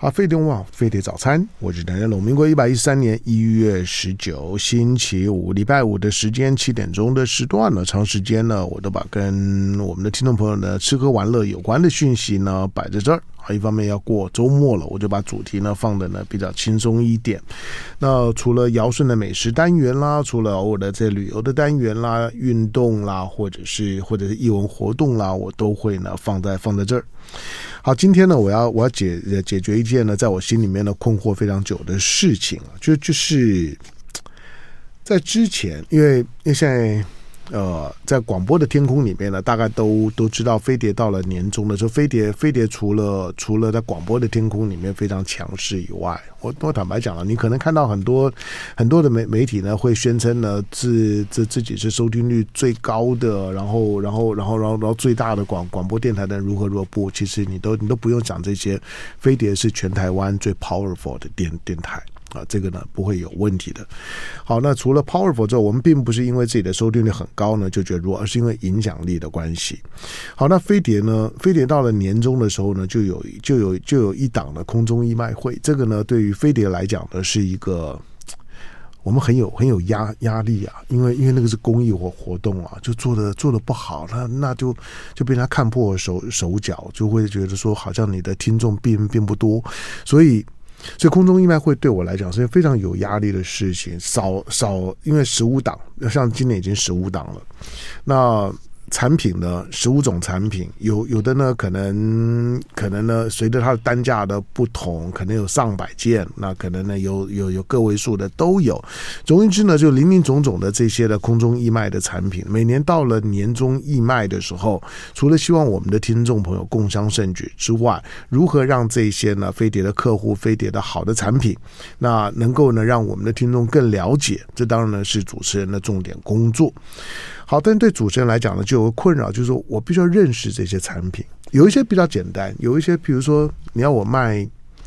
好，飞碟网飞碟早餐，我是谭家龙。民国113年1月19星期五，礼拜五的时间7点钟的时段呢，长时间呢，我都把跟我们的听众朋友呢吃喝玩乐有关的讯息呢摆在这儿。一方面要过周末了，我就把主题呢放的呢比较轻松一点。那除了尧舜的美食单元啦，除了偶尔的这旅游的单元啦、运动啦，或者是艺文活动啦，我都会呢放在这儿。好，今天呢，我要解决一件呢在我心里面呢困惑非常久的事情，就是在之前，因为现在。在广播的天空里面呢，大概都知道飞碟到了年终的时候，飞碟除了在广播的天空里面非常强势以外，我坦白讲了，你可能看到很多的媒体呢会宣称呢自己是收听率最高的，然后最大的广播电台的如何不，其实你都不用讲这些，飞碟是全台湾最 powerful 的电台。这个呢不会有问题的。好，那除了 powerful 之后，我们并不是因为自己的收听率很高呢就觉得弱，而是因为影响力的关系。好，那飞碟到了年终的时候呢，就有一档的空中义卖会。这个呢，对于飞碟来讲呢，是一个我们很有压力啊，因为那个是公益活动啊，就做的不好，那就被他看破手脚，就会觉得说好像你的听众并不多，所以空中义卖会对我来讲是非常有压力的事情。因为15档，像今年已经15档了，那产品呢，15种产品，有的呢可能呢随着它的单价的不同，可能有上百件，那可能呢有个位数的都有。总而言之呢，就林林总总的这些的空中义卖的产品，每年到了年终义卖的时候，除了希望我们的听众朋友共襄盛举之外，如何让这些呢飞碟的客户、飞碟的好的产品，那能够呢让我们的听众更了解，这当然呢是主持人的重点工作。好，但对主持人来讲呢，就有个困扰，就是说我必须要认识这些产品。有一些比较简单，有一些比如说你要我卖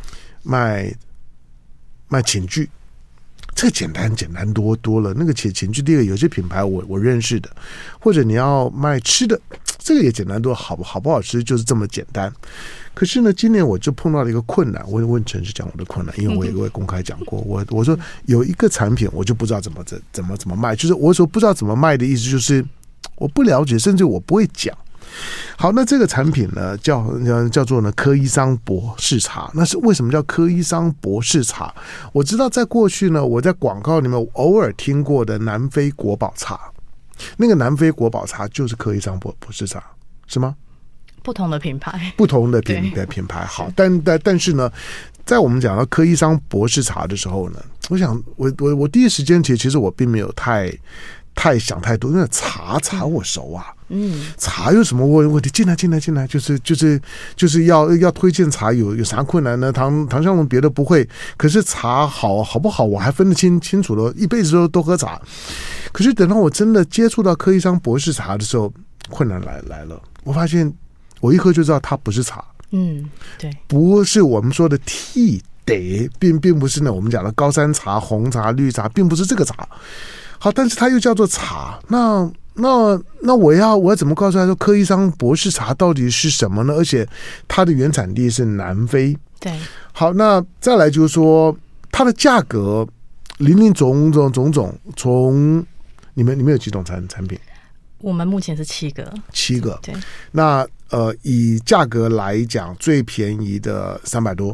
寝具，这个简单多了。那个寝具第一个有些品牌我认识的，或者你要卖吃的，这个也简单多，好不好吃就是这么简单。可是呢，今年我就碰到了一个困难，我问陈市讲我的困难，因为我也会公开讲过，我说有一个产品我就不知道怎么卖，就是我所不知道怎么卖的意思就是我不了解，甚至我不会讲。好，那这个产品呢叫做呢柯伊桑博士茶。那是为什么叫柯伊桑博士茶？我知道在过去呢，我在广告里面偶尔听过的南非国宝茶，那个南非国宝茶就是柯伊桑博士茶，是吗？ 不同的品牌， 品牌好，但是呢，在我们讲到柯伊桑博士茶的时候呢，我想我第一时间其实我并没有太想太多，因为茶我熟啊，茶有什么问题？进来，就是要推荐茶有啥困难呢？唐湘龙别的不会，可是茶好不好，我还分得清楚了，一辈子都喝茶。可是等到我真的接触到柯伊桑博士茶的时候，困难来了，我发现。我一喝就知道它不是茶， 对， 不是我们说的替得，并不是呢我们讲的高山茶、红茶、绿茶，并不是这个茶。好，但是它又叫做茶，那我要怎么告诉他说柯伊桑博士茶到底是什么呢？而且它的原产地是南非， 对。 好，那再来就是说它的价格林总，从你们有几种产品？ 我们目前是7个， 对。那以价格来讲，最便宜的300多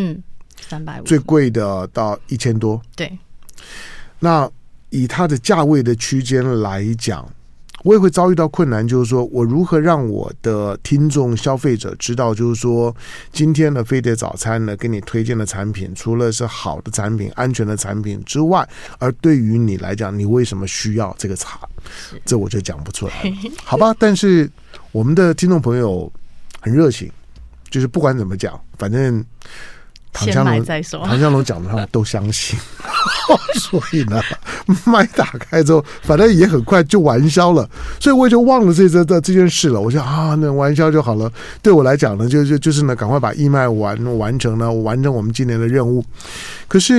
，350， 最贵的到1000多， 对。 那以它的价位的区间来讲，我也会遭遇到困难，就是说我如何让我的听众消费者知道，就是说今天的飞碟早餐呢给你推荐的产品，除了是好的产品、安全的产品之外，而对于你来讲，你为什么需要这个茶，这我就讲不出来，好吧？但是我们的听众朋友很热情，就是不管怎么讲，反正唐湘龙讲的他们都相信所以呢麦打开之后反正也很快就完销了，所以我也就忘了这件事了。我想那完销就好了，对我来讲呢就是呢赶快把义卖完成呢，完成我们今年的任务。可是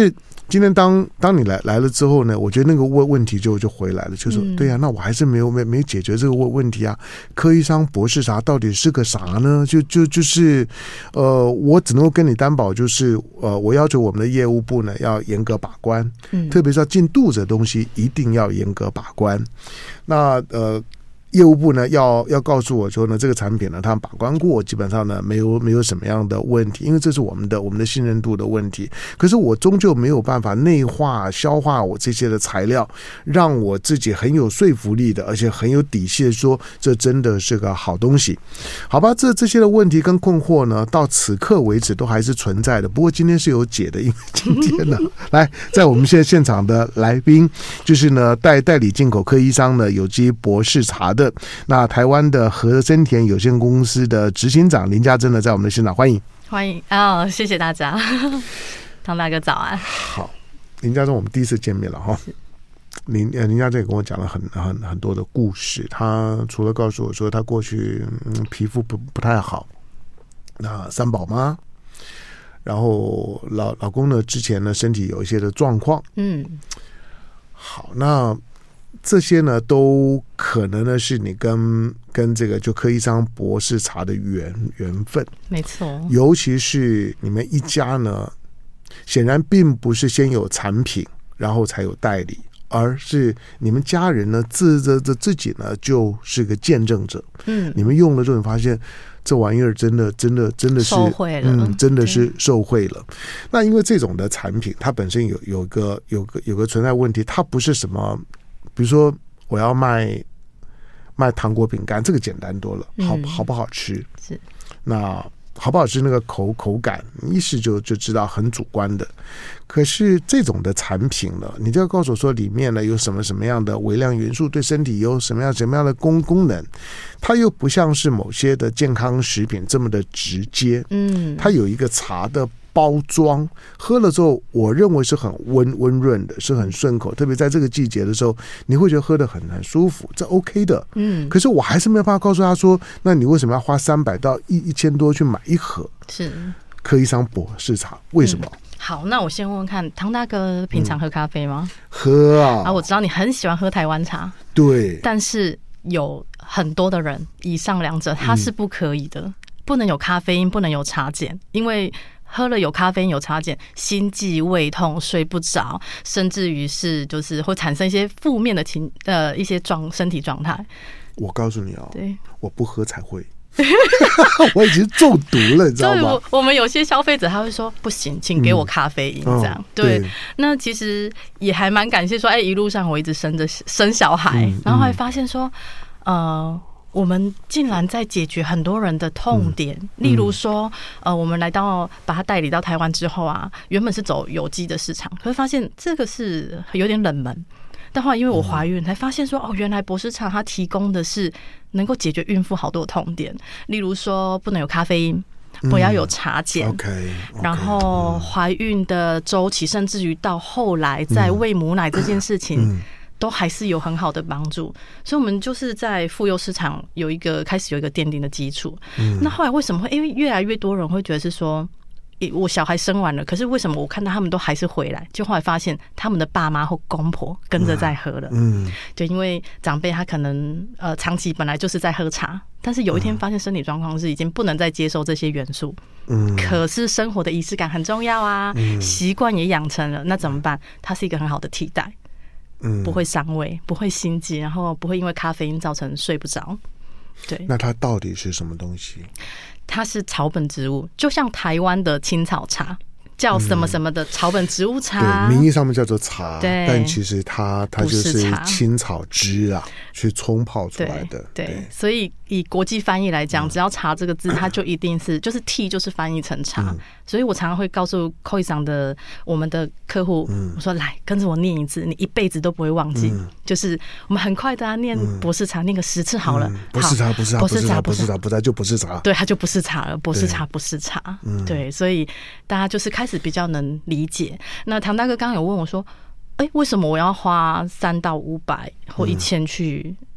今天当你来了之后呢，我觉得那个问题就回来了，就是对啊，那我还是没有解决这个问题啊。柯一桑博士茶到底是个啥呢？就是我只能够跟你担保，就是我要求我们的业务部呢要严格把关，特别是要进肚子的东西一定要严格把关。那业务部呢要告诉我说呢，这个产品呢他们把关过，基本上呢没有什么样的问题，因为这是我们的信任度的问题。可是我终究没有办法内化消化我这些的材料，让我自己很有说服力的，而且很有底气的说这真的是个好东西。好吧，这些的问题跟困惑呢到此刻为止都还是存在的，不过今天是有解的，因为今天呢来在我们现场的来宾就是呢代理进口柯一桑呢有机博士茶的那台湾的和生田有限公司的执行长林家珍呢，在我们的现场，欢迎谢谢大家。唐大哥早安。 好，林家珍我们第一次见面了哈。林家珍也跟我讲了很多的故事，他除了告诉我说他过去皮肤不太好，那三宝妈，然后老公呢之前呢身体有一些的状况，好，那这些呢都可能呢是你跟这个就柯一桑博士茶的缘分， 没错。 尤其是你们一家呢，显然并不是先有产品，然后才有代理，而是你们家人呢自己呢就是个见证者。你们用了之后，你发现这玩意儿真的是受惠了， 真的是受惠了。那因为这种的产品，它本身有个存在问题，它不是什么。比如说我要卖糖果饼干，这个简单多了，好不好吃？是，那好不好吃那个口感一试就知道，很主观的。可是这种的产品呢，你就要告诉我说里面呢有什么样的微量元素，对身体有什么样的功能，它又不像是某些的健康食品这么的直接。它有一个茶的包装，喝了之后我认为是很温润的，是很顺口，特别在这个季节的时候你会觉得喝得很舒服，这 OK 的。可是我还是没有办法告诉他说，那你为什么要花300到1000多去买一盒是柯一桑博士茶，为什么？ 好，那我先问问看，唐大哥平常喝咖啡吗？ 喝啊！ 我知道你很喜欢喝台湾茶， 对， 但是有很多的人，以上两者他是不可以的，不能有咖啡因，不能有茶碱，因为喝了有咖啡因有茶碱，心悸、胃痛、睡不着，甚至于是就是会产生一些负面的一些身体状态。我告诉你哦，对，我不喝才会。我已经中毒了，你知道吗？ 我们有些消费者他会说不行，请给我咖啡因这样。对，那其实也还蛮感谢说，一路上我一直生小孩，然后还发现说，我们竟然在解决很多人的痛点，例如说，我们把它代理到台湾之后啊，原本是走有机的市场，可是发现这个是有点冷门。但后来因为我怀孕，才发现说原来博士茶它提供的是能够解决孕妇好多痛点，例如说不能有咖啡因，不要有茶碱，然后怀孕的周期，甚至于到后来在喂母奶这件事情，都还是有很好的帮助。所以我们就是在妇幼市场开始有一个奠定的基础。那后来为什么会因为越来越多人会觉得是说，我小孩生完了，可是为什么我看到他们都还是回来？就后来发现他们的爸妈或公婆跟着在喝了。就因为长辈他可能长期本来就是在喝茶，但是有一天发现身体状况是已经不能再接受这些元素。可是生活的仪式感很重要啊，习惯也养成了，那怎么办？它是一个很好的替代，不会伤胃，不会心悸，然后不会因为咖啡因造成睡不着。对， 那它到底是什么东西？ 它是草本植物，就像台湾的青草茶叫什么什么的草本植物茶， 对，名义上面叫做茶，但其实它就是青草汁啊，去冲泡出来的。 对，所以以国际翻译来讲，只要茶这个字，它就一定是就是 T 就是翻译成茶。所以我常常会告诉柯一桑的我们的客户，我说来跟着我念一次，你一辈子都不会忘记。就是我们很快的念博士茶，念个10次好了。 不是茶，不是茶，不是茶，不是茶，不是茶就不是茶。 对，它就不是茶了，博士茶不是茶。对，所以大家就是开始比较能理解。那唐大哥刚刚有问我说，为什么我要花300到500或1000去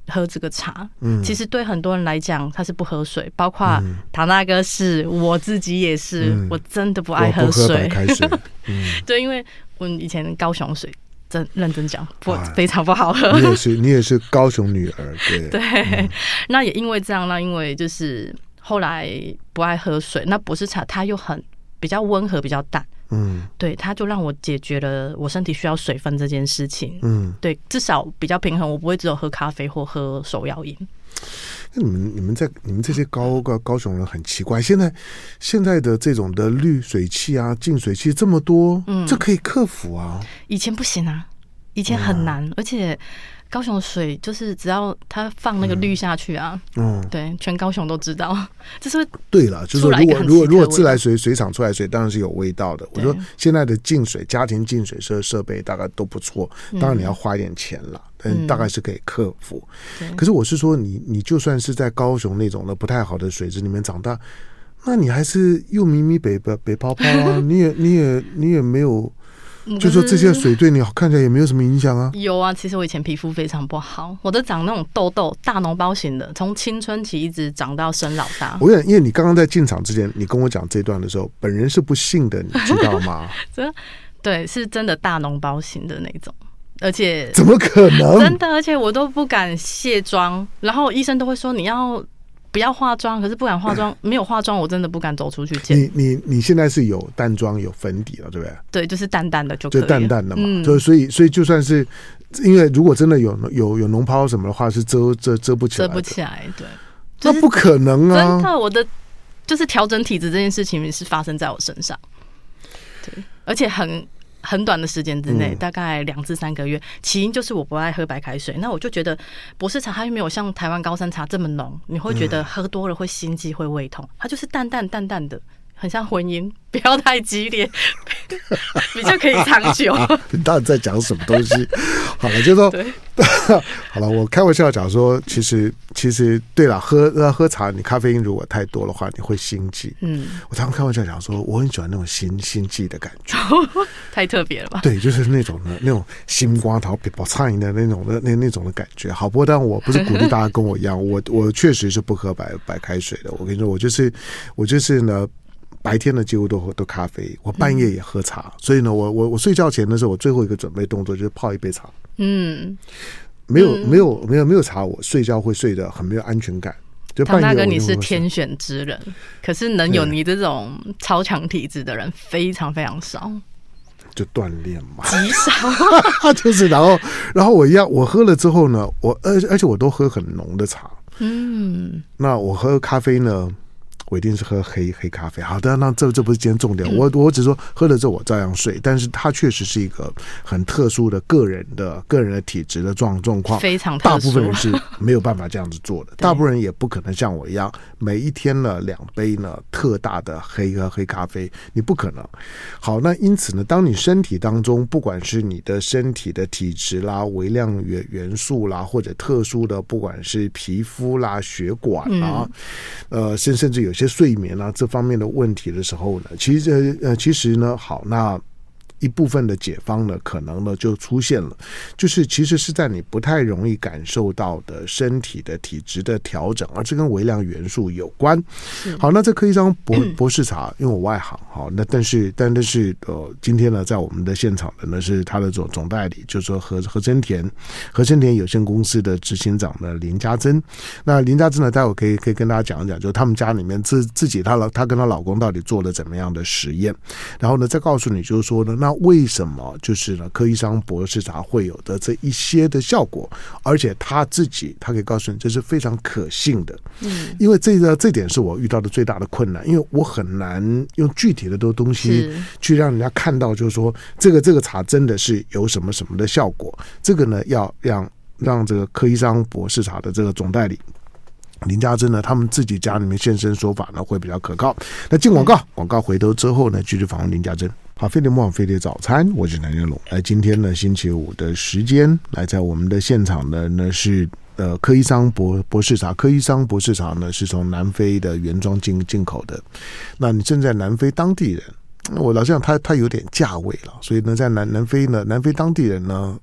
喝这个茶。其实对很多人来讲，他是不喝水，包括唐大哥是，我自己也是，我真的不爱喝水。 我不喝白开水。 对，因为我以前高雄水。认真讲，非常不好喝。 你也是高雄女儿， 对。那也因为这样，那因为就是后来不爱喝水，那博士茶它又比较温和，比较淡。对，它就让我解决了我身体需要水分这件事情。对，至少比较平衡，我不会只有喝咖啡或喝手摇饮。 你们这些高雄人很奇怪，现在的这种的滤水器啊、净水器这么多，这可以克服啊。以前不行啊，以前很难，而且高雄的水就是只要它放那个滤下去啊，对，全高雄都知道，就是对了，就是说如果自来水厂出来水当然是有味道的。我说现在的净水家庭净水设备大概都不错，当然你要花一点钱了。但大概是可以克服。可是我是说你就算是在高雄那种的不太好的水质里面长大，那你还是又咪北泡泡啊，你也没有，就说这些水对你看起来也没有什么影响啊。 有啊，其实我以前皮肤非常不好，我都长那种痘痘，大脓包型的，从青春期一直长到生老大。 我因为你刚刚在进场之前，你跟我讲这段的时候，本人是不信的，你知道吗？ 对，是真的大脓包型的那种。而且怎么可能？ 真的，而且我都不敢卸妆，然后医生都会说你要不要化妆，可是不敢化妆，没有化妆我真的不敢走出去见。 你现在是有淡妆有粉底了，对不对？ 对，就是淡淡的就可以了， 就淡淡的嘛。所以就算是因为如果真的有脓泡什么的话，是遮不起来， 遮不起来，对， 那不可能啊！ 真的，我的就是调整体质这件事情是发生在我身上，对，而且很短的时间之内，大概2至3个月。起因就是我不爱喝白开水，那我就觉得博士茶它又没有像台湾高山茶这么浓，你会觉得喝多了会心悸会胃痛，它就是淡淡的，很像婚姻，不要太激烈，比较可以长久。 你到底在讲什么东西？好了，就说好了，我开玩笑讲说，其实对了，喝茶，你咖啡因如果太多的话，你会心悸。我常常开玩笑讲说，我很喜欢那种心悸的感觉， 太特别了吧？ 对，就是那种心瓜桃比较苍蝇的那种的感觉。好，不过当然我不是鼓励大家跟我一样，我确实是不喝白开水的。我跟你说，我就是呢。白天呢几乎都咖啡，我半夜也喝茶，所以呢，我睡觉前的时候，我最后一个准备动作就是泡一杯茶。没有茶，我睡觉会睡得很没有安全感。就半夜唐大哥，你是天选之人，可是能有你这种超强体质的人非常非常少。 就锻炼嘛， 极少。 就是然后我喝了之后呢，而且我都喝很浓的茶。那我喝咖啡呢？我一定是喝黑咖啡。好的，那这不是今天重点。我只说喝了之后我照样睡，但是它确实是一个很特殊的个人的体质的状况， 非常特殊。 大部分人是没有办法这样子做的，大部分人也不可能像我一样每一天呢2杯呢特大的黑咖啡，你不可能。好，那因此呢，当你身体当中不管是你的身体的体质啦、微量元素啦，或者特殊的不管是皮肤啦、血管啦，甚至有些睡眠啊这方面的问题的时候呢，其实呢，好，那一部分的解方呢，可能呢就出现了，就是其实是在你不太容易感受到的身体的体质的调整，而这跟微量元素有关。好，那这科医生博士茶，因为我外行，好，那但是今天呢，在我们的现场的呢是他的总代理，就是说和生田有限公司的执行长呢林家珍。那林家珍呢，待会可以跟大家讲一讲，就是他们家里面自己她跟她老公到底做了怎么样的实验，然后呢再告诉你，就是说呢，那为什么就是呢科医生博士茶会有的这一些的效果，而且他可以告诉你这是非常可信的。因为这点是我遇到的最大的困难，因为我很难用具体的东西去让人家看到，就是说这个茶真的是有什么什么的效果。这个呢要让这个科医生博士茶的这个总代理林家珍呢，他们自己家里面现身说法呢会比较可靠。那进广告回头之后呢，继续访问林家珍。好，飞碟魔网飞碟早餐，我是南元龙。来，今天呢星期五的时间，来在我们的现场呢是科医生博士茶。科医生博士茶呢是从南非的原装进口的。那你正在南非当地人，我老实讲他有点价位了，所以呢在南非当地人呢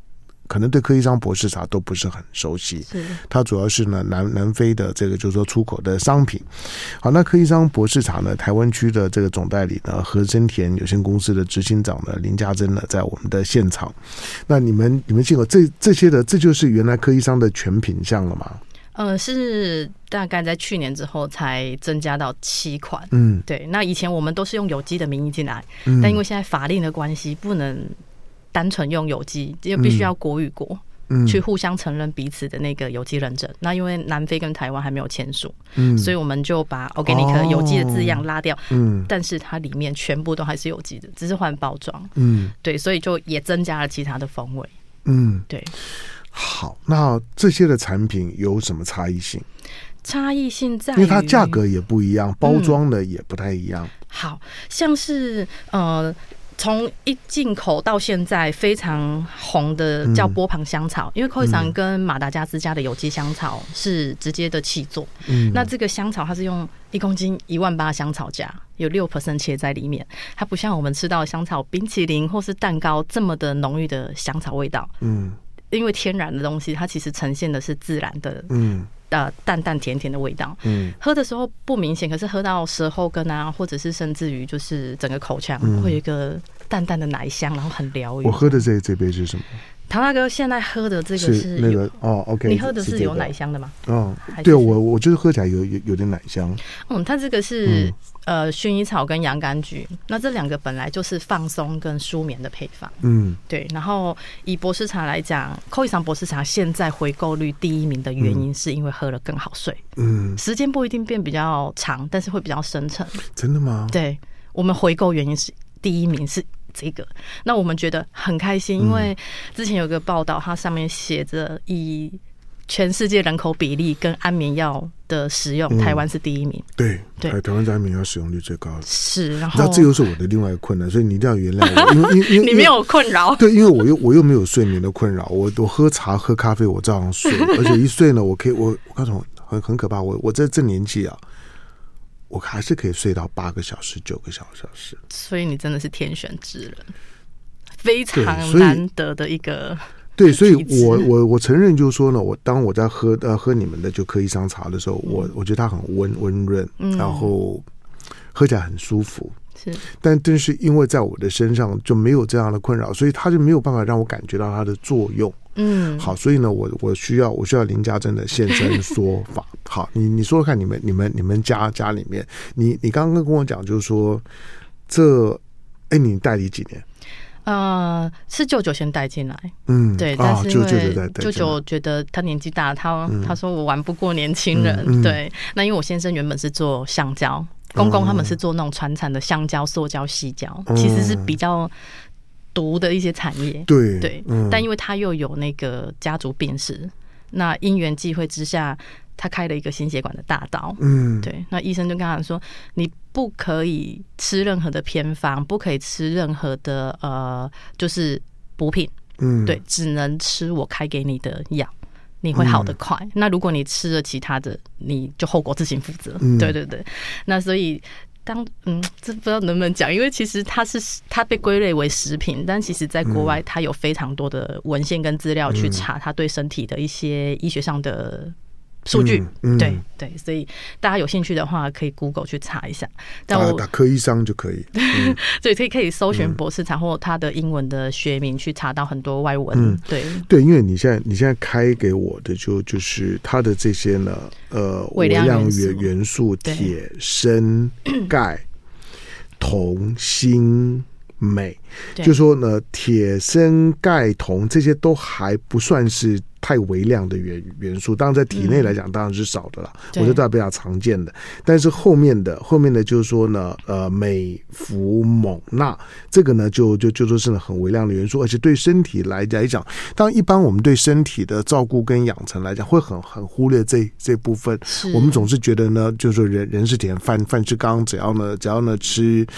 可能对柯伊桑博士茶都不是很熟悉，它主要是呢南非的这个就是说出口的商品。好，那柯伊桑博士茶呢，台湾区的这个总代理呢，和真田有限公司的执行长呢林家珍呢，在我们的现场。那你们进口这些的，这就是原来柯伊桑的全品项了吗？ 是大概在去年之后才增加到7款。对。那以前我们都是用有机的名义进来，但因为现在法令的关系，不能单纯用有机，就必须要国与国去互相承认彼此的那个有机认证。那因为南非跟台湾还没有签署，所以我们就把 organic 有机的字样拉掉，但是它里面全部都还是有机的，只是换包装。对，所以就也增加了其他的风味。对。 好，那这些的产品有什么差异性？ 差异性在于， 因为它价格也不一样，包装的也不太一样。 好像是从一进口到现在非常红的叫波旁香草，因为柯伊桑跟马达加斯加的有机香草是直接的契作。那这个香草它是用1公斤18000香草荚，有6% 切在里面，它不像我们吃到的香草冰淇淋或是蛋糕这么的浓郁的香草味道。因为天然的东西，它其实呈现的是自然的，淡淡甜甜的味道。喝的时候不明显，可是喝到舌后根啊，或者是甚至于就是整个口腔，会有一个淡淡的奶香，然后很疗愈。 我喝的这杯是什么？ 唐大哥现在喝的这个是那个OK， 你喝的是有奶香的吗？ 对，我就是喝起来有点奶香。 它这个是薰衣草跟洋甘菊，那这2个本来就是放松跟舒眠的配方。对。然后以博士茶来讲，柯伊桑博士茶现在回购率第1名的原因是因为喝了更好睡。时间不一定变比较长，但是会比较深沉。 真的吗？ 对，我们回购原因是第1名是这个，那我们觉得很开心，因为之前有个报道，它上面写着以全世界人口比例跟安眠药的使用，台湾是第1名。 对，台湾在安眠药使用率最高的。 是，然后那这又是我的另外一个困难，所以你一定要原谅我，因为你没有困扰。 对，因为我又没有睡眠的困扰，我喝茶喝咖啡我照样睡，而且一睡呢，我告诉我很可怕，我在这年纪啊，我还是可以睡到8个小时、9个小时。所以你真的是天选之人，非常难得的一个。 对，所以我承认，就是说呢，当我在喝你们的就柯伊桑茶的时候，我觉得它很温润，然后喝起来很舒服。但是因为在我的身上就没有这样的困扰，所以它就没有办法让我感觉到它的作用。好，所以呢，我需要林家珍的现身说法。好，你说说看，你们家里面，你刚刚跟我讲，就是说你代理几年？ 是舅舅先带进来，对，但是因为舅舅觉得他年纪大，他说我玩不过年轻人，对。那因为我先生原本是做橡胶，公公他们是做那种传产的橡胶、塑胶、矽胶，其实是比较毒的一些产业，对。但因为他又有那个家族病史，那因缘际会之下，他开了一个心血管的大刀，对。那医生就跟他说，你不可以吃任何的偏方，不可以吃任何的就是补品，对，只能吃我开给你的药，你会好得快。那如果你吃了其他的，你就后果自行负责。对。那所以这不知道能不能讲，因为其实它被归类为食品，但其实在国外它有非常多的文献跟资料去查它对身体的一些医学上的数据。对，所以大家有兴趣的话可以 Google 去查一下，但我打柯伊桑就可以。 所以可以搜寻博士茶或它的英文的学名，去查到很多外文。 对，因为你现在开给我的就是它的这些呢微量元素铁、砷、钙、铜、锌、镁，就说呢铁、砷、钙、铜这些都还不算是太微量的元素，当然在体内来讲当然是少的啦，我觉得比较常见的。但是后面的就是说呢，镁、氟、锰、钠，这个呢就说是很微量的元素，而且对身体来讲，当然一般我们对身体的照顾跟养成来讲，会很忽略这部分。我们总是觉得呢，就是说人是铁，饭是钢，只要呢吃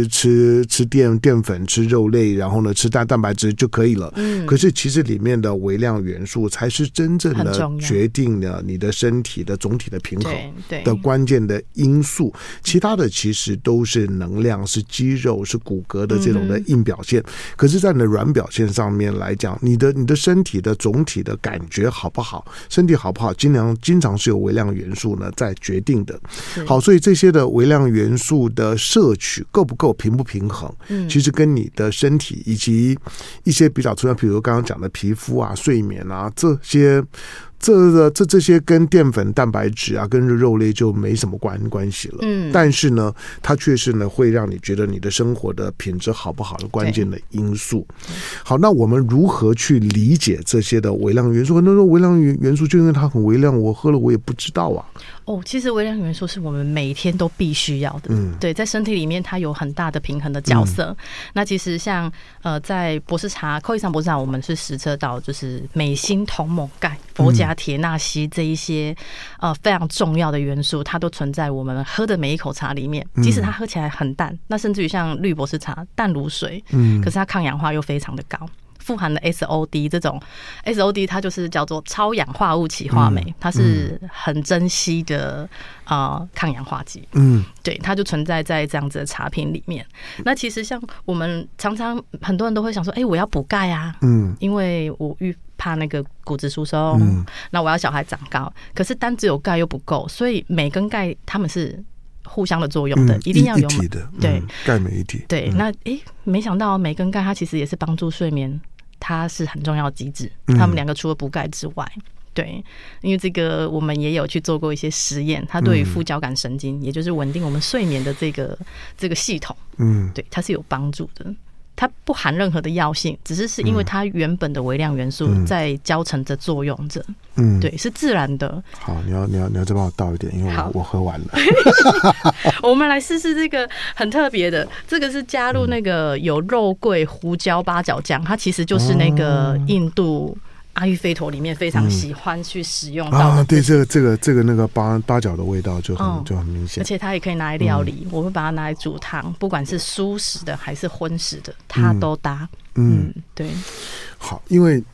淀粉，吃肉类，然后呢吃蛋白质就可以了。可是其实里面的微量元元素才是真正的决定了你的身体的总体的平衡的关键的因素，其他的其实都是能量，是肌肉，是骨骼的这种的硬表现。可是在你的软表现上面来讲，你的身体的总体的感觉好不好，身体好不好，经常是由微量元素呢在决定的。好，所以这些的微量元素的摄取够不够，平不平衡，其实跟你的身体以及一些比较重要，比如刚刚讲的皮肤啊、睡眠啊这些跟淀粉、蛋白质啊、跟肉类就没什么关系了。但是呢，它确实呢会让你觉得你的生活的品质好不好的关键的因素。好，那我们如何去理解这些的微量元素？很多人说微量元素就因为它很微量，我喝了我也不知道啊。 其实微量元素是我们每天都必须要的。对，在身体里面它有很大的平衡的角色。那其实像在博士茶寇义尚博士茶，我们是实测到就是镁、锌、铜、锰、钙、氟、钾、铁、钠、硒这一些非常重要的元素，它都存在我们喝的每一口茶里面。即使它喝起来很淡，那甚至于像绿博士茶淡如水，可是它抗氧化又非常的高。富含的 SOD 这种 SOD 它就是叫做超氧化物歧化酶，它是很珍惜的抗氧化剂。对，它就存在在这样子的茶品里面。那其实像我们常常很多人都会想说，我要补钙啊，因为我怕那个骨质疏松，那我要小孩长高，可是单只有钙又不够，所以镁跟钙它们是互相的作用的，一定要有一体的。 对， 钙镁一体。 对，那没想到镁跟钙它其实也是帮助睡眠，它是很重要的机制。它们两个除了补钙之外，对，因为这个我们也有去做过一些实验，它对于副交感神经，也就是稳定我们睡眠的这个系统，对，它是有帮助的。它不含任何的药性，只是因为它原本的微量元素在交成着作用着，对，是自然的。 好，你要再帮我倒一点，因为我喝完了。 我们来试试这个很特别的，这个是加入那个有肉桂、胡椒、八角酱，它其实就是那个印度阿育吠陀里面非常喜欢去使用到的。 对，这个那个八角的味道就很明显， 而且它也可以拿来料理。我会把它拿来煮汤，不管是蔬食的还是荤食的，它都搭。对。 好，因为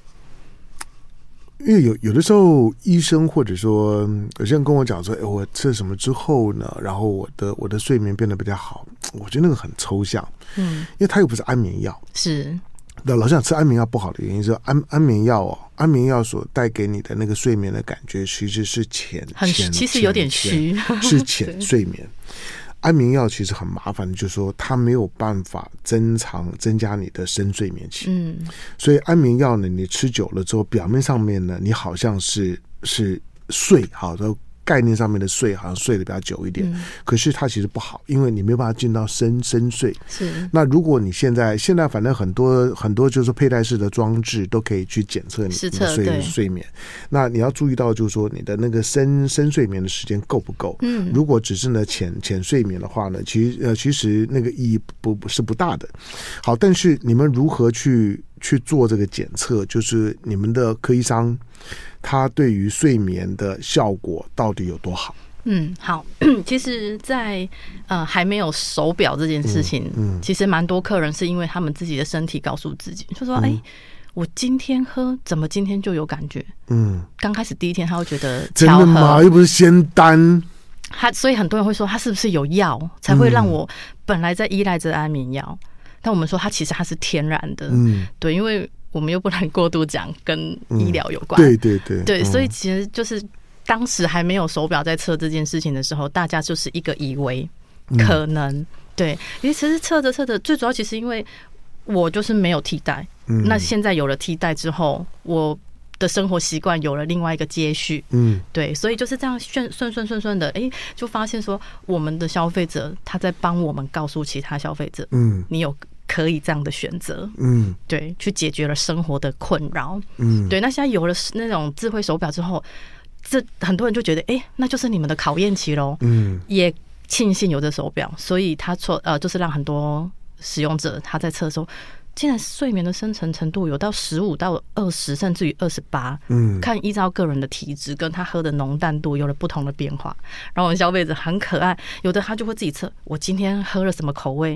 有的时候医生或者说有些人跟我讲说，我吃了什么之后呢，然后我的睡眠变得比较好，我觉得那个很抽象。因为它又不是安眠药。是。老实讲，吃安眠药不好的原因是安眠药所带给你的那个睡眠的感觉其实是其实有点虚， 是浅睡眠。安眠药其实很麻烦的，就是说它没有办法增加你的深睡眠期。所以安眠药呢，你吃久了之后，表面上面呢，你好像是睡好的。概念上面的睡好像睡得比较久一点，可是它其实不好，因为你没有办法进到深睡。是。那如果你现在反正很多就是佩戴式的装置都可以去检测你的睡眠，那你要注意到就是说你的那个深睡眠的时间够不够。如果只是呢浅睡眠的话呢，其实那个意义不大的。好，但是你们如何去做这个检测，就是你们的科医生它对于睡眠的效果到底有多好？ 好，其实在还没有手表这件事情，其实蛮多客人是因为他们自己的身体告诉自己，就说我今天喝，怎么今天就有感觉？刚开始第一天他会觉得真的吗？又不是仙丹。 所以很多人会说他是不是有药才会让我本来在依赖着安眠药，但我们说它其实它是天然的。对，因为我们又不能过度讲跟医疗有关。对，所以其实就是当时还没有手表在测这件事情的时候，大家就是一个以为可能。对，因为其实测着最主要其实因为我就是没有替代。那现在有了替代之后，我的生活习惯有了另外一个接续。对，所以就是这样顺的，就发现说我们的消费者他在帮我们告诉其他消费者，你有可以这样的选择。对，去解决了生活的困扰。对，那现在有了那种智慧手表之后，这很多人就觉得那就是你们的考验期咯。也庆幸有这手表，所以他就是让很多使用者他在测的时候，竟然睡眠的深层程度有到15到20，甚至于28。看依照个人的体质跟他喝的浓淡度有了不同的变化。然后我们消费者很可爱，有的他就会自己测，我今天喝了什么口味，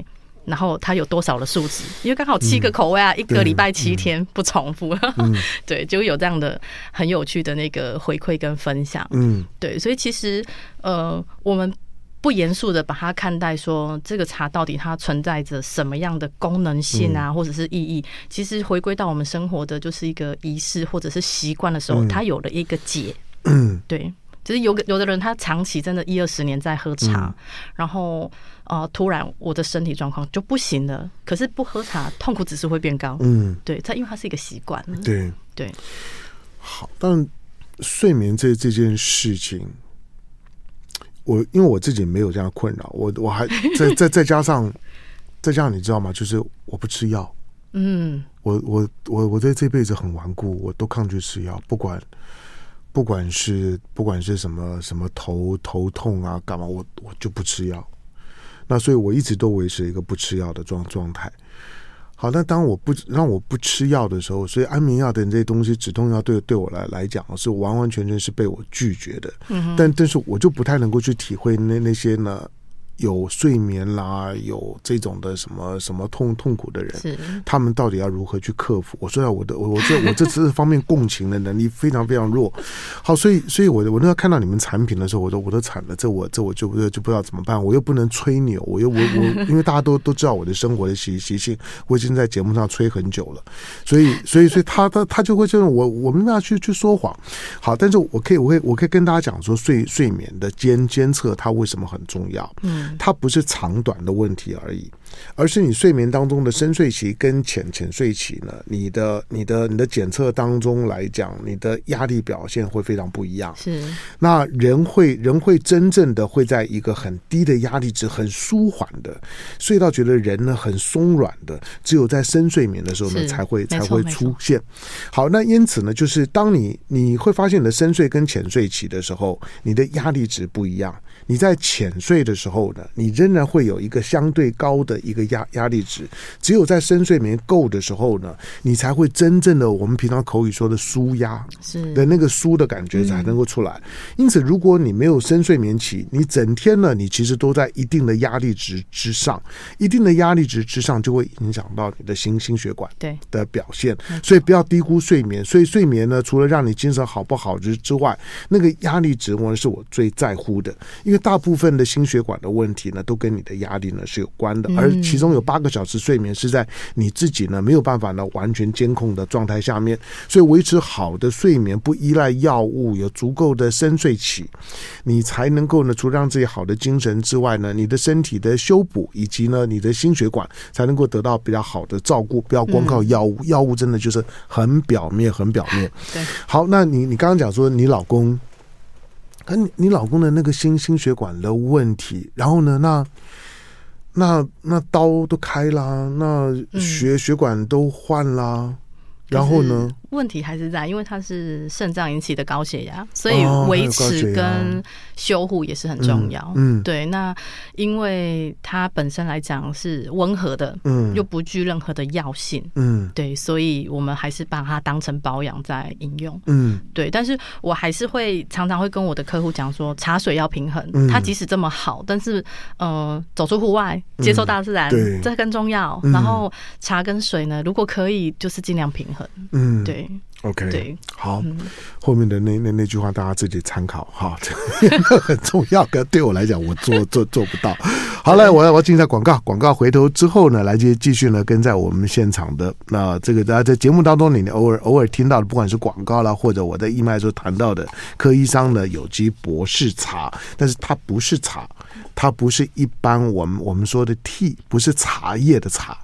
然后它有多少的数值，因为刚好7个口味啊，一个礼拜7天不重复，对，就有这样的很有趣的那个回馈跟分享，对，所以其实我们不严肃的把它看待说这个茶到底它存在着什么样的功能性啊，或者是意义，其实回归到我们生活的就是一个仪式或者是习惯的时候，它有了一个解，对。就是有的人他长期真的10-20年在喝茶，然后突然我的身体状况就不行了，可是不喝茶痛苦指数会变高，对，它因为它是一个习惯，对。 好，但睡眠这件事情，因为我自己没有这样的困扰，我还再加上你知道吗？就是我不吃药，我在这辈子很顽固，我都抗拒吃药，不管是什么头痛啊干嘛，我就不吃药。那所以我一直都维持一个不吃药的状态。好，那当我不吃药的时候，所以安眠药等这些东西，止痛药对我来讲是完完全全是被我拒绝的。但是我就不太能够去体会那些呢。有睡眠啦，有这种的什么痛苦的人，他们到底要如何去克服？我说我这方面共情的能力非常非常弱。好，所以我那时看到你们产品的时候，我都惨了，这我就不知道怎么办。我又不能吹牛，我因为大家都知道我的生活的习性，我已经在节目上吹很久了，所以他就会这种我没办法去说谎。好，但是我可以跟大家讲说睡眠的监测它为什么很重要。它不是长短的问题而已，而是你睡眠当中的深睡期跟浅睡期呢，你的检测当中来讲，你的压力表现会非常不一样。 是， 那人会真正的会在一个很低的压力值，很舒缓的睡到觉得人呢很松软的，只有在深睡眠的时候呢才会出现。好，那因此呢，就是当你会发现你的深睡跟浅睡期的时候，你的压力值不一样。你在浅睡的时候呢，你仍然会有一个相对高的一个压力值，只有在深睡眠够的时候呢，你才会真正的我们平常口语说的舒压的那个舒的感觉才能够出来。因此如果你没有深睡眠期，你整天呢你其实都在一定的压力值之上，一定的压力值之上就会影响到你的心血管的表现。所以不要低估睡眠。所以睡眠呢，除了让你精神好不好之外，那个压力值我是我最在乎的，因为大部分的心血管的问题呢都跟你的压力呢是有关的，而其中有8个小时睡眠是在你自己呢没有办法呢完全监控的状态下面。所以维持好的睡眠，不依赖药物，有足够的深睡期，你才能够呢除了让自己好的精神之外呢，你的身体的修补以及呢你的心血管才能够得到比较好的照顾，不要光靠药物。药物真的就是很表面对。好，那你刚刚讲说你老公你老公的那个心血管的问题，然后呢那刀都开啦，那血管都换啦，然后呢问题还是在，因为它是肾脏引起的高血压，所以维持跟修护也是很重要。对，那因为它本身来讲是温和的，又不具任何的药性，对，所以我们还是把它当成保养在饮用。对，但是我还是会常常会跟我的客户讲说，茶水要平衡。它即使这么好，但是走出户外，接受大自然，这更重要。然后茶跟水呢，如果可以，就是尽量平衡。对。 OK， 对， 好，后面的那句话大家自己参考哈，很重要。可对我来讲，我做不到。好了，我要进一下广告，回头之后呢，来继续呢跟在我们现场的那这个大家在节目当中你偶尔听到的，不管是广告啦，或者我在义卖时候谈到的柯医商的有机博士茶，但是它不是茶，它不是一般我们说的 tea， 不是茶叶的茶。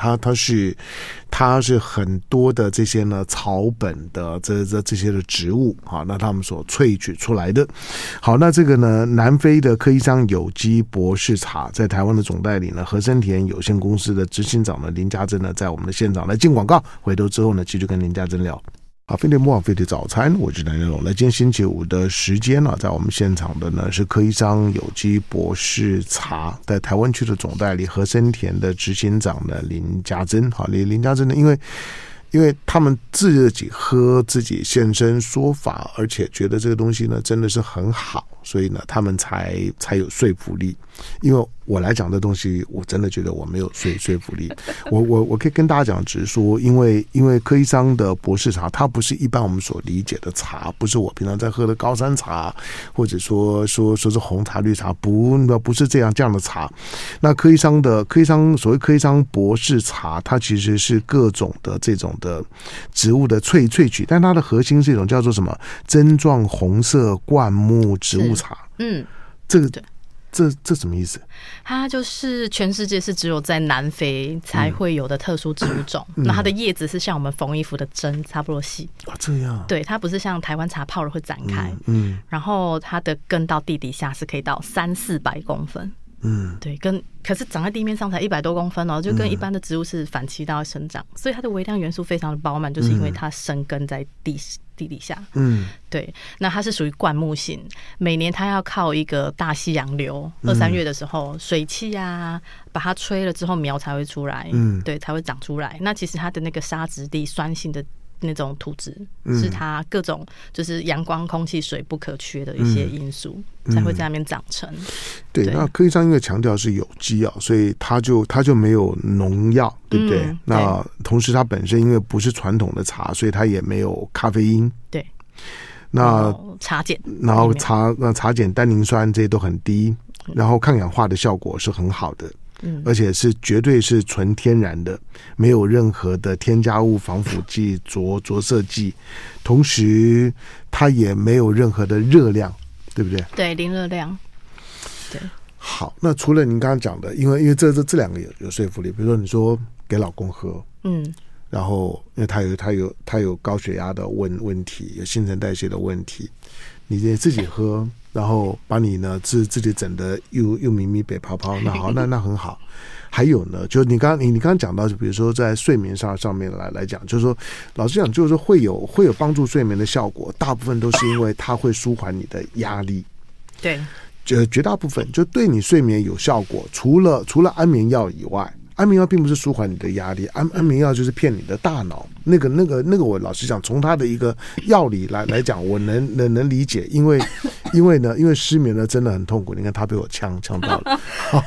它是很多的这些呢草本的这些的植物啊，那他们所萃取出来的。好，那这个呢，南非的柯医商有机博士茶，在台湾的总代理呢和生田有限公司的执行长呢林家珍呢，在我们的现场来进广告，回头之后呢，继续跟林家珍聊。好，飞碟莫网飞碟早餐，我是南天龙。那今天星期五的时间呢，在我们现场的呢是柯医商有机博士茶在台湾区的总代理和生田的执行长呢林家珍。好，林家珍呢，因为他们自己喝，自己现身说法，而且觉得这个东西呢真的是很好，所以呢他们才有说服力。因为我来讲这东西，我真的觉得我没有说服力。我可以跟大家讲，只是说，因为柯医生的博士茶，它不是一般我们所理解的茶，不是我平常在喝的高山茶，或者说是红茶、绿茶，不是这样的茶。那柯医生所谓柯医生博士茶，它其实是各种的这种的植物的萃取，但它的核心是一种叫做什么针状红色灌木植物茶。这什么意思？ 它就是全世界是只有在南非才会有的特殊植物种。那它的叶子是像我们缝衣服的针差不多细。 这样。对， 它不是像台湾茶泡了会展开。然后它的根到地底下是可以到300-400公分。对，可是长在地面上才100多公分哦，就跟一般的植物是反其道生长，所以它的微量元素非常的饱满，就是因为它生根在地底下。对，那它是属于灌木型，每年它要靠一个大西洋流，2-3月的时候水汽啊，把它吹了之后苗才会出来，对，才会长出来。那其实它的那个沙质地酸性的那种土质，是它各种就是阳光、空气、水不可缺的一些因素，才会在那边长成。 对，那柯医生因为强调是有机啊，所以它就没有农药，对不对？那同时它本身因为不是传统的茶，所以它也没有咖啡因。 对。 那茶碱， 然后茶碱、单宁酸这些都很低，然后抗氧化的效果是很好的。而且是绝对是纯天然的，没有任何的添加物、防腐剂、着色剂，同时它也没有任何的热量，对不对？ 对，零热量。对。 好，那除了您刚刚讲的，因为这两个有说服力，比如说你说给老公喝，然后因为他有高血压的问题，有新陈代谢的问题，你自己喝。然后把你呢自己整的又迷迷北泡泡，那好，那很好。还有呢，就是你刚刚讲到，就比如说在睡眠上面来讲，就是说老实讲，就是说会有帮助睡眠的效果，大部分都是因为它会舒缓你的压力。 对， 绝大部分就对你睡眠有效果，除了安眠药以外。安眠药并不是舒缓你的压力，安眠药就是骗你的大脑。那个，我老实讲，从他的一个药理来讲，我能理解，因为失眠呢真的很痛苦。你看他被我呛到了，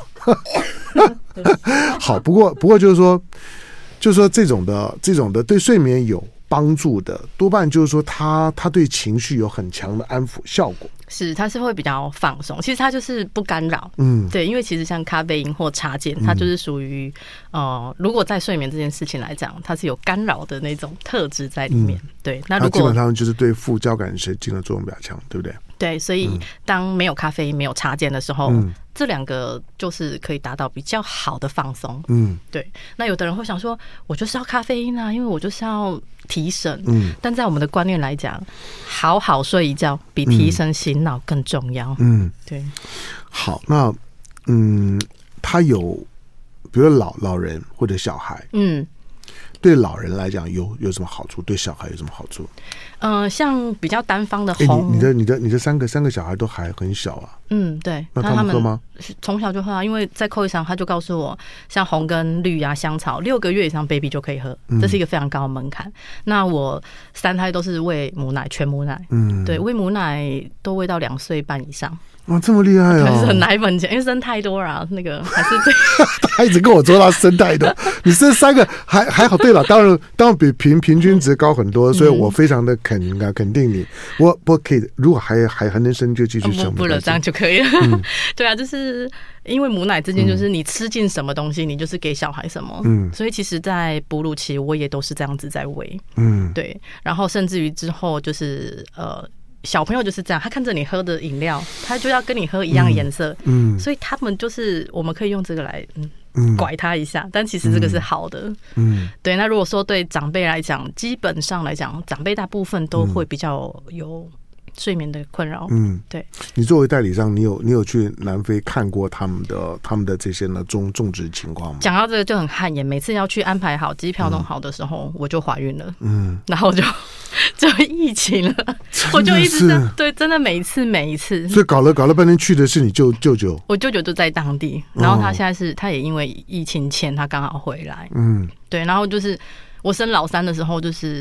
好，不过就是说这种的对睡眠有帮助的，多半就是说他对情绪有很强的安抚效果。 是，它是会比较放松，其实它就是不干扰。对，因为其实像咖啡因或茶碱，它就是属于如果在睡眠这件事情来讲，它是有干扰的那种特质在里面。对，那如果它基本上就是对副交感神经的作用比较强，对不对？ 对，所以当没有咖啡因、没有茶碱的时候，这两个就是可以达到比较好的放松。对。那有的人会想说，我就是要咖啡因啊，因为我就是要提神。但在我们的观念来讲，好好睡一觉比提神醒脑更重要。对。 好，那他有，比如老人或者小孩，对老人来讲有什么好处？对小孩有什么好处？ 像比较单方的红， 你的三个小孩都还很小啊。 对。 那他们喝吗？ 从小就喝啊，因为在扣一上他就告诉我，像红跟绿啊、香草，6个月以上 baby 就可以喝，这是一个非常高的门槛。那我3胎都是喂母奶，全母奶。对，喂母奶都喂到2岁半以上。 哇，这么厉害哦！ 是很奶粉钱，因为生太多了，那个还是他一直跟我说他生太多，你生3个还好。对了，当然比平均值高很多，所以我非常的肯定你。我可以，如果还能生就继续生， 不了这样就可以了。对啊，就是因为母奶之间就是你吃进什么东西，你就是给小孩什么。所以其实，在哺乳期我也都是这样子在喂。对，然后甚至于之后就是小朋友就是这样，他看着你喝的饮料，他就要跟你喝一样颜色。所以他们就是我们可以用这个来拐他一下，但其实这个是好的。对。那如果说对长辈来讲，基本上来讲，长辈大部分都会比较有睡眠的困扰。对。 你作为代理商，你有去南非看过他们的这些呢种植情况吗？ 讲到这个就很汗颜，每次要去安排好机票弄好的时候，我就怀孕了。然后就疫情了，我就一直这样。对，真的每一次。 所以搞了半天，去的是你舅舅。 我舅舅就在当地，然后他现在他也因为疫情前他刚好回来。对，然后就是我生老3的时候，就是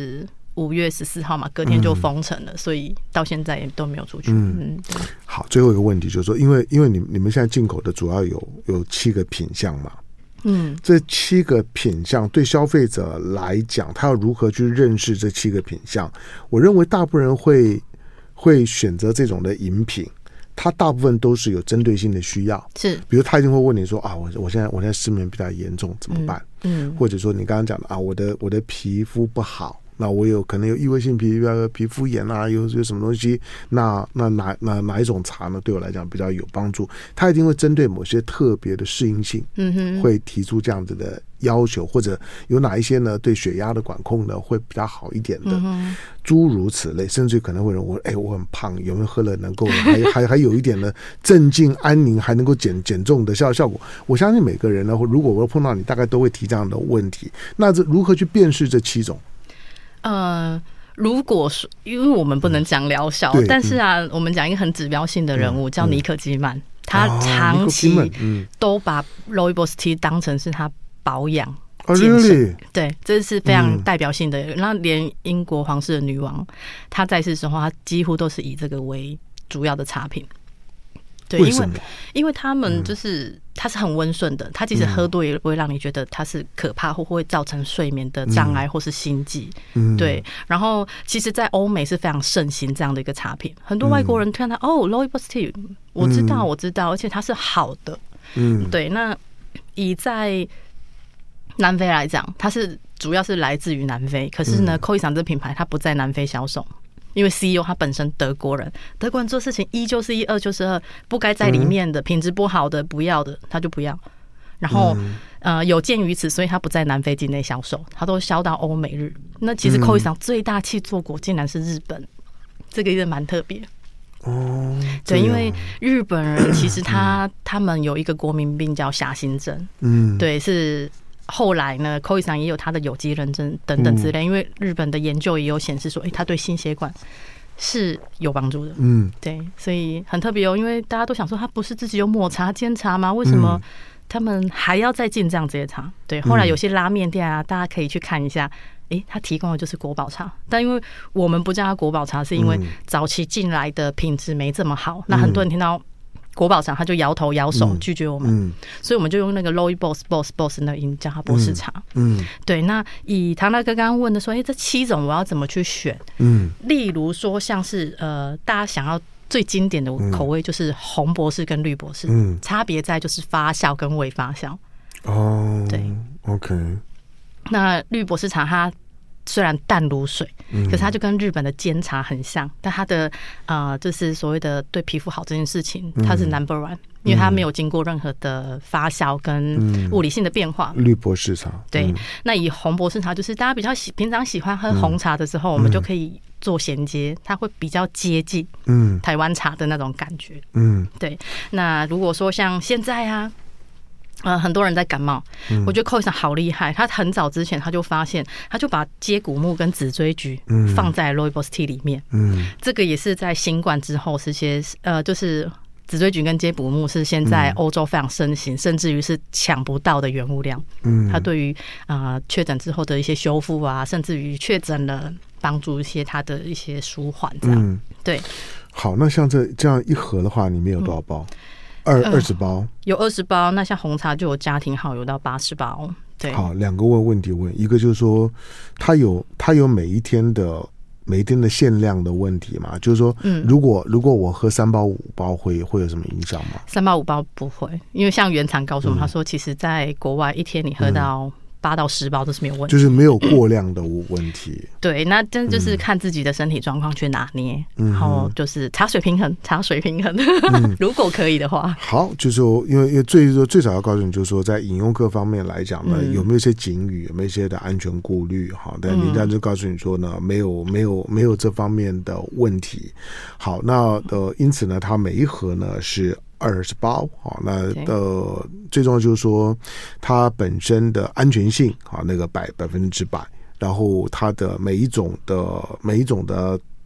5月14号嘛，隔天就封城了，所以到现在也都没有出去。 好，最后一个问题就是说，因为你们现在进口的主要有7个品项嘛，这7个品项对消费者来讲，他要如何去认识这7个品项？我认为大部分人会选择这种的饮品。它大部分都是有针对性的需要，是，比如他一定会问你说啊，我现在失眠比较严重怎么办？或者说你刚刚讲的啊，我的皮肤不好，那我可能有异位性皮肤炎啊，有什么东西，那哪一种茶呢？对我来讲比较有帮助？他一定会针对某些特别的适应性，会提出这样子的要求，或者有哪一些呢对血压的管控呢会比较好一点的，诸如此类，甚至可能会问我，我很胖，有没有喝了能够还有一点呢镇静安宁，还能够减重的效果？我相信每个人呢，如果我碰到你，大概都会提这样的问题。那这如何去辨识这7种？ 如果说，因为我们不能讲疗效，但是啊，我们讲一个很指标性的人物，叫尼可基曼，他长期都把 Rooibos Tea 当成是他保养健身，对，这是非常代表性的。那连英国皇室的女王，她在世的时候，她几乎都是以这个为主要的茶品。对，因为他们就是它是很温顺的，它即使喝多也不会让你觉得它是可怕或会造成睡眠的障碍或是心悸。对。然后其实在欧美是非常盛行这样的一个茶品，很多外国人看到Rooibos Tea， 我知道，而且它是好的。对。那以在南非来讲，它是主要是来自于南非，可是呢，Khoisan 这品牌它不在南非销售。因为 CEO 他本身德国人做事情1就是1，2就是2，不该在里面的品质不好的不要的他就不要。然后有鉴于此，所以他不在南非境内销售，他都销到欧美日。那其实 Khoisan 最大契作国竟然是日本，这个也蛮特别。对，因为日本人其实他们有一个国民病叫狭心症，对，是。后来呢 Khoisan 也有它的有机认证等等之类，因为日本的研究也有显示说，它对心血管是有帮助的。对，所以很特别因为大家都想说，它不是自己有抹茶煎茶吗？为什么他们还要再进这样这些茶？对，后来有些拉面店啊，大家可以去看一下，它提供的就是国宝茶，但因为我们不叫它国宝茶，是因为早期进来的品质没这么好，那很多人听到国宝茶他就摇头摇手拒绝我们，所以我们就用那个 Rooibos 那个音叫它波士茶。对。那以唐大哥刚刚问的说，这7种我要怎么去选？例如说像是大家想要最经典的口味就是红博士跟绿博士，差别在就是发酵跟未发酵。对 ，OK。 那绿博士茶它虽然淡如水，可是它就跟日本的煎茶很像，但它的就是所谓的对皮肤好这件事情，它是 No.1，因为它没有经过任何的发酵跟物理性的变化。 绿博士茶， 对。那以红博士茶，就是大家比较平常喜欢喝红茶的时候，我们就可以做衔接，它会比较接近台湾茶的那种感觉。对。那如果说像现在啊。很多人在感冒，我觉得 Khoisan 好厉害，他很早之前他就发现，他就把接骨木跟紫锥菊放在 Rooibos Tea 里面。这个也是在新冠之后是些就是紫锥菊跟接骨木是现在欧洲非常盛行，甚至于是抢不到的原物料。它对于确诊之后的一些修复啊，甚至于确诊了帮助一些它的一些舒缓这样。对。 好，那像这样一盒的话，里面有多少包？20包， 有20包。那像红茶就有家庭号有到80包。对， 好，2个问题问，一个就是说，它有每一天的限量的问题嘛？就是说，如果我喝3包5包会有什么影响吗 ？3包5包不会，因为像原厂告诉我们，他说其实在国外一天你喝到8到10包都是没有问题， 就是没有过量的问题。 对，那真的就是看自己的身体状况去拿捏，然后就是茶水平衡，如果可以的话。 好，就是说，因为最少要告诉你，就是说，在饮用各方面来讲呢，有没有一些警语，有没有一些的安全顾虑？好，但你这样就告诉你说呢，没有这方面的问题。好，那因此呢，它每一盒呢是20包，好，那最重要就是说它本身的安全性，好，那个100%，然后它的每一种的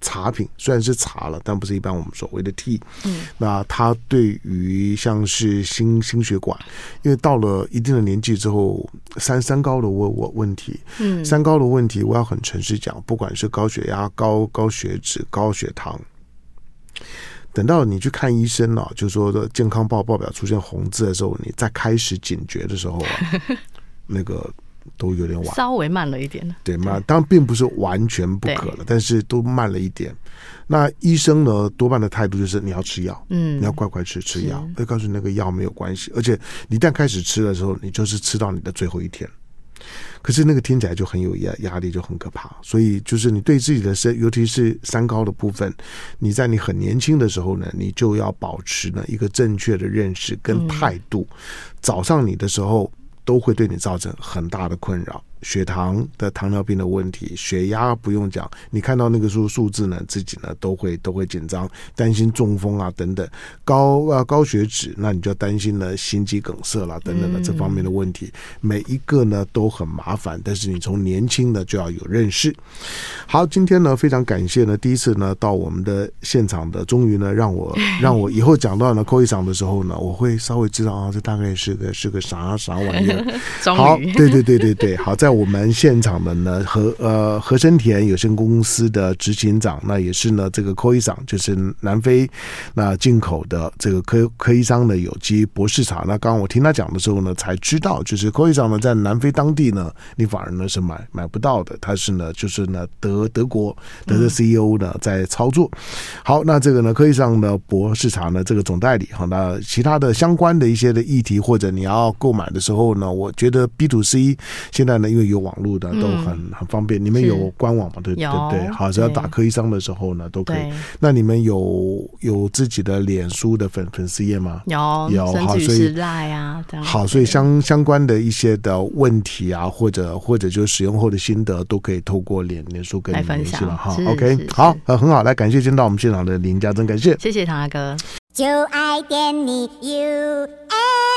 茶品，虽然是茶了，但不是一般我们所谓的 tea。那它对于像是心血管，因为到了一定的年纪之后，三高的问题，三高的问题，我要很诚实讲，不管是高血压、高血脂、高血糖。等到你去看医生了，就说的健康报表出现红字的时候，你再开始警觉的时候那个都有点晚， 稍微慢了一点。 对，慢，当然并不是完全不可了，但是都慢了一点。那医生呢，多半的态度就是你要吃药，你要乖乖吃药，会告诉你那个药没有关系，而且你一旦开始吃的时候，你就是吃到你的最后一天。可是那个听起来就很有压力，就很可怕。所以就是你对自己的尤其是三高的部分，你在你很年轻的时候呢，你就要保持呢一个正确的认识跟态度。早上你的时候都会对你造成很大的困扰，血糖的糖尿病的问题，血压不用讲，你看到那个数字呢，自己呢都会紧张，担心中风啊等等，高血脂，那你就要担心呢心肌梗塞啦等等的这方面的问题，每一个呢都很麻烦，但是你从年轻的就要有认识。好，今天呢非常感谢呢，第一次呢到我们的现场的，终于呢让我以后讲到呢Koi桑的时候呢，我会稍微知道啊，这大概是个啥玩意儿。好，对，好，在我们现场的呢和生田有限公司的执行长，那也是呢这个Koi桑，就是南非那进口的这个科伊桑的有机博士茶。那刚刚我听他讲的时候呢，才知道就是Koi桑呢在南非当地呢，你反而呢是买不到的，他是呢就是呢德国的 CEO 呢在操作。好，那这个呢Koi桑的博士茶呢这个总代理，好，那其他的相关的一些的议题或者你要购买的时候呢，我觉得 B2C 现在呢因为有网络的都很方便，你们有官网嘛？对不对？好，只要打Koi桑的时候呢都可以。那你们有自己的脸书的粉丝页吗？有， 好，所以赖啊，这样好，所以相关的一些的问题啊，或者就使用后的心得，都可以透过脸书跟你们联系了哈。OK， 好，很好，来感谢今天到我们现场的林家珍，感谢， 谢谢唐阿哥，就爱点你 UFM。